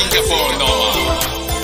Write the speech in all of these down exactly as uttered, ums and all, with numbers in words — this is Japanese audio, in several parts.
Singapore Nova。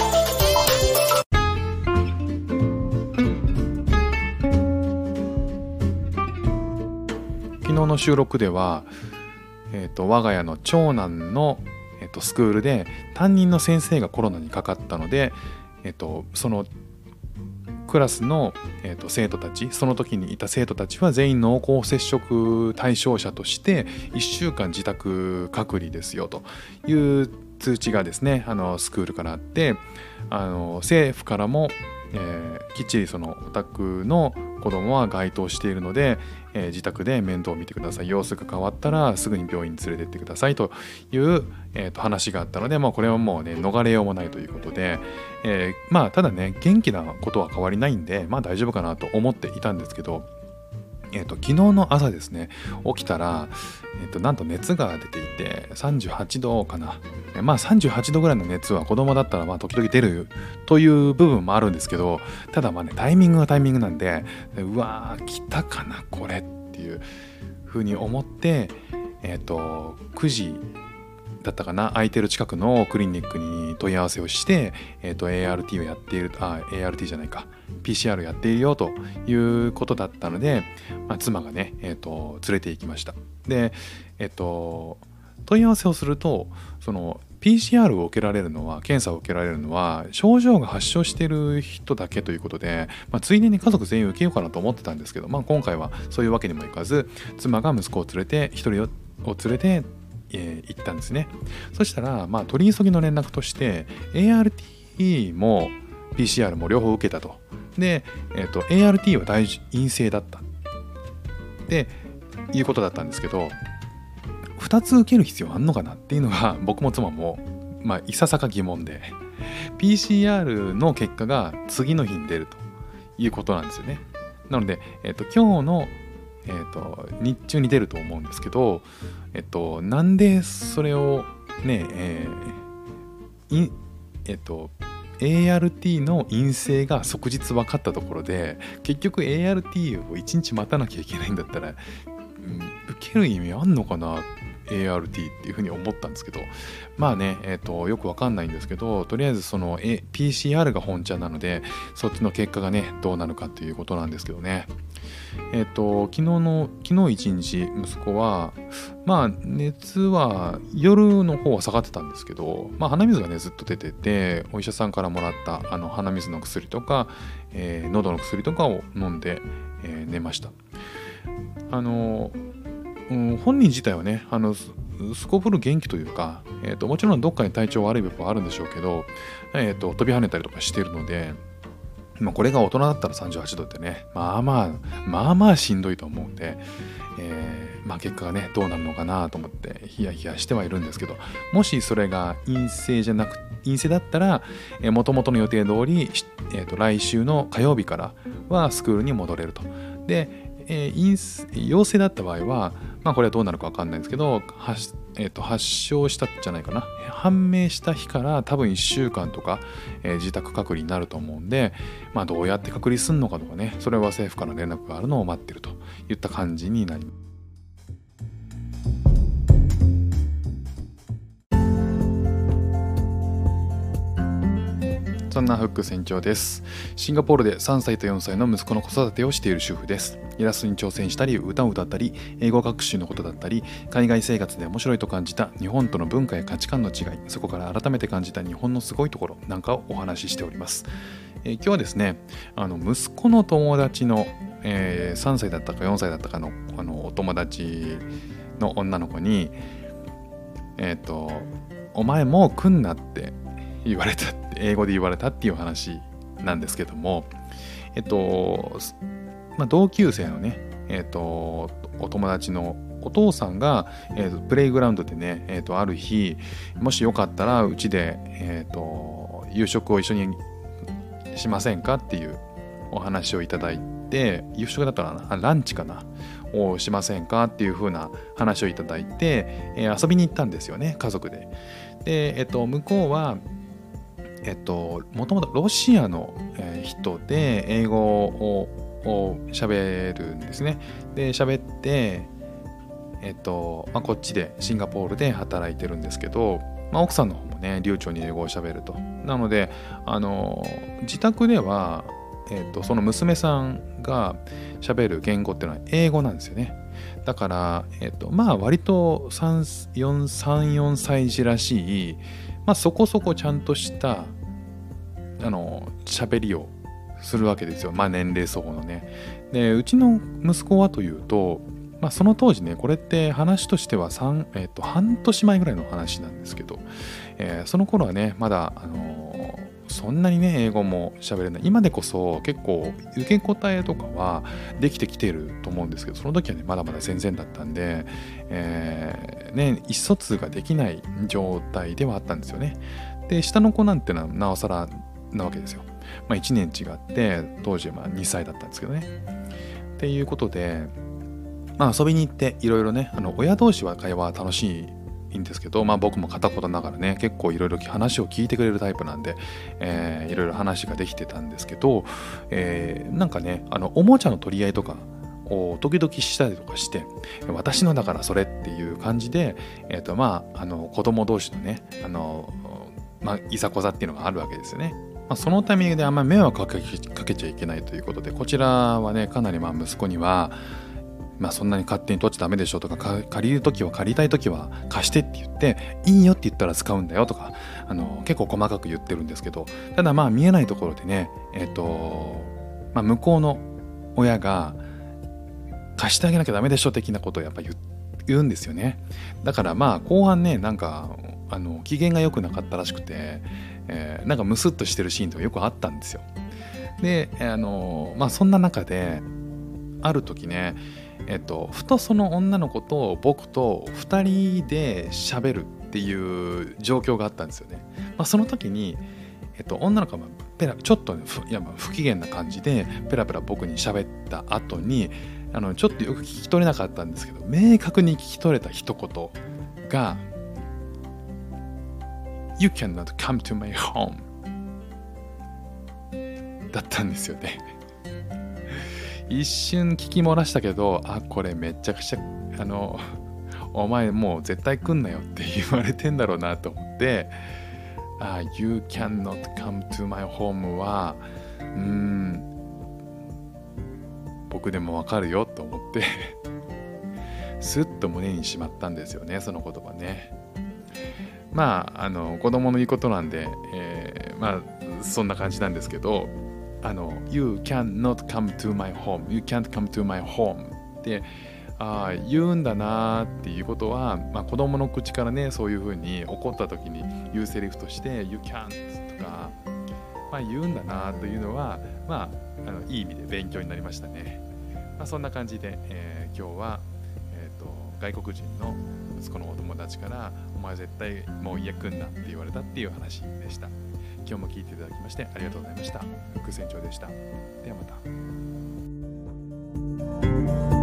昨日の収録では、えー、と我が家の長男の、えー、とスクールで担任の先生がコロナにかかったので、えー、とそのクラスの、えー、と生徒たち、その時にいた生徒たちは全員濃厚接触対象者としていっしゅうかん自宅隔離ですよという通知がですね、あのスクールからあって、あの政府からも、えー、きっちりそのお宅の子供は該当しているので、えー、自宅で面倒を見てください、様子が変わったらすぐに病院に連れてってくださいという、えー、と話があったので、まあ、これはもうね逃れようもないということで、えー、まあただね元気なことは変わりないんで、まあ大丈夫かなと思っていたんですけど、えー、と昨日の朝ですね、起きたら、えー、となんと熱が出ていてさんじゅうはちどかな。まあさんじゅうはちどぐらいの熱は子供だったらまあ時々出るという部分もあるんですけど、ただまあねタイミングがタイミングなんで、うわー来たかなこれっていうふうに思って、えっとくじだったかな、空いてる近くのクリニックに問い合わせをして、えっと エーアールティー をやっている、あ エーアールティー じゃないか ピーシーアール やっているよということだったので、まあ、妻がね、えっと連れて行きました。でえっと問い合わせをすると、その ピーシーアール を受けられるのは、検査を受けられるのは症状が発症している人だけということで、まあ、ついでに家族全員受けようかなと思ってたんですけど、まあ、今回はそういうわけにもいかず、妻が息子を連れて一人を連れて、えー行ったんですね。そしたら、まあ、取り急ぎの連絡として エーアールティー も ピーシーアール も両方受けたと。で、えーと、エーアールティー は大陰性だったっていうことだったんですけど、ふたつ受ける必要あんのかなっていうのが僕も妻も、まあ、いささか疑問で、 ピーシーアール の結果が次の日に出るということなんですよね。なので、えっと、今日の、えっと、日中に出ると思うんですけど、えっと、なんでそれをね、えーいえっと、エーアールティー の陰性が即日分かったところで、結局 エーアールティー をいちにち待たなきゃいけないんだったら、うん、受ける意味あんのかなエーアールティー っていうふうに思ったんですけど、まあね、えーと、よくわかんないんですけど、とりあえずその、A、ピーシーアール が本茶なので、そっちの結果がねどうなるかっていうことなんですけどね。えっと昨日の昨日一日息子はまあ熱は夜の方は下がってたんですけど、まあ鼻水がねずっと出てて、お医者さんからもらったあの鼻水の薬とか、えー、喉の薬とかを飲んで、えー、寝ました。あのうん、本人自体はね、あのすすこぶる元気というか、えーと、もちろんどっかに体調悪い部分はあるんでしょうけど、えーと、飛び跳ねたりとかしているので、まあ、これが大人だったらさんじゅうはちどってね、まあまあまあまあしんどいと思うんで、えーまあ、結果がねどうなるのかなと思ってヒヤヒヤしてはいるんですけど、もしそれが陰性じゃなく陰性だったら、えー、元々の予定通り、えーと、来週の火曜日からはスクールに戻れると。でえー、陰陽性だった場合は、まあこれはどうなるか分かんないんですけど、発、えーと、発症したじゃないかな、判明した日から多分いっしゅうかんとか、えー、自宅隔離になると思うんで、まあどうやって隔離するのかとかね、それは政府から連絡があるのを待ってるといった感じになります。そんなフック船長です。シンガポールでさんさいとよんさいの息子の子育てをしている主婦です。イラストに挑戦したり、歌を歌ったり、英語学習のことだったり、海外生活で面白いと感じた日本との文化や価値観の違い、そこから改めて感じた日本のすごいところなんかをお話ししております。えー、今日はですね、あの息子の友達の、えー、さんさいだったかよんさいだったかの、あのお友達の女の子に、えっと、お前もう来んなって言われた、英語で言われたっていう話なんですけども、えっと、まあ、同級生のね、えっと、お友達のお父さんが、えっと、プレイグラウンドでね、えっと、ある日、もしよかったらうちで、えっと、夕食を一緒にしませんかっていうお話をいただいて、夕食だったらな、ランチかなをしませんかっていう風な話をいただいて、えー、遊びに行ったんですよね、家族で。で、えっと、向こうはえっと、もともとロシアの人で英語を喋るんですね。で、喋って、えっと、まあ、こっちでシンガポールで働いてるんですけど、 まあ、奥さんの方もね流暢に英語を喋ると。なのであの自宅では、えーと、その娘さんが喋る言語っていうのは英語なんですよね。だから、えーと、まあ割とさん、よん、さん、よんさい児らしい、まあそこそこちゃんとしたあの喋りをするわけですよ。まあ年齢層のね。で、うちの息子はというと、まあその当時ね、これって話としては3、えっと、半年前ぐらいの話なんですけど、えーその頃はね、まだ、あのーそんなにね、英語も喋れない。今でこそ結構受け答えとかはできてきてると思うんですけど、その時はね、まだまだ全然だったんで、えーね、意思疎通ができない状態ではあったんですよね。で、下の子なんてのはなおさらなわけですよ。まあいちねん違って、当時はまあにさいだったんですけどね。っていうことで、まあ遊びに行っていろいろね、あの親同士は会話は楽しいいいんですけど、まあ僕も片言ながらね、結構いろいろ話を聞いてくれるタイプなんで、えー、いろいろ話ができてたんですけど、えー、なんかね、あのおもちゃの取り合いとかを時々したりとかして、私のだからそれっていう感じで、えっとまあ、あの子供同士のね、あの、まあ、いざこざっていうのがあるわけですよね。まあ、そのタイミングであんまり迷惑かけ、かけちゃいけないということで、こちらはね、かなりまあ息子には、まあそんなに勝手に取っちゃダメでしょとか、か借りるときは借りたいときは貸してって言って、いいよって言ったら使うんだよとか、あの結構細かく言ってるんですけど、ただまあ見えないところでね、えっと、まあ向こうの親が貸してあげなきゃダメでしょ的なことをやっぱ言言うんですよね。だからまあ後半ね、なんかあの機嫌が良くなかったらしくて、えーなんかムスッとしてるシーンとかよくあったんですよ。で、あのまあそんな中である時ね、えっと、ふとその女の子と僕とふたりで喋るっていう状況があったんですよね。まあ、その時に、えっと、女の子がペラちょっと、ね、ふいやまあ不機嫌な感じでペラペラ僕に喋った後に、あのちょっとよく聞き取れなかったんですけど、明確に聞き取れた一言が You cannot come to my home だったんですよね。一瞬聞き漏らしたけど、あ、これめちゃくちゃあのお前もう絶対来んなよって言われてんだろうなと思って、あ、You cannot come to my home はうーん僕でもわかるよと思ってスッと胸にしまったんですよね、その言葉ね。まああの子供の言うことなんで、えー、まあそんな感じなんですけど、あの You cannot come to my home You can't come to my home ってあ言うんだなっていうことは、まあ、子供の口からね、そういうふうに怒った時に言うセリフとして You can't とか、まあ、言うんだなというのは、まあ、あのいい意味で勉強になりましたね。まあ、そんな感じで、えー、今日は、えーと、外国人の息子のお友達からお前絶対もう家来んなって言われたっていう話でした。今日も聞いていただきましてありがとうございました。副船長でした。ではまた。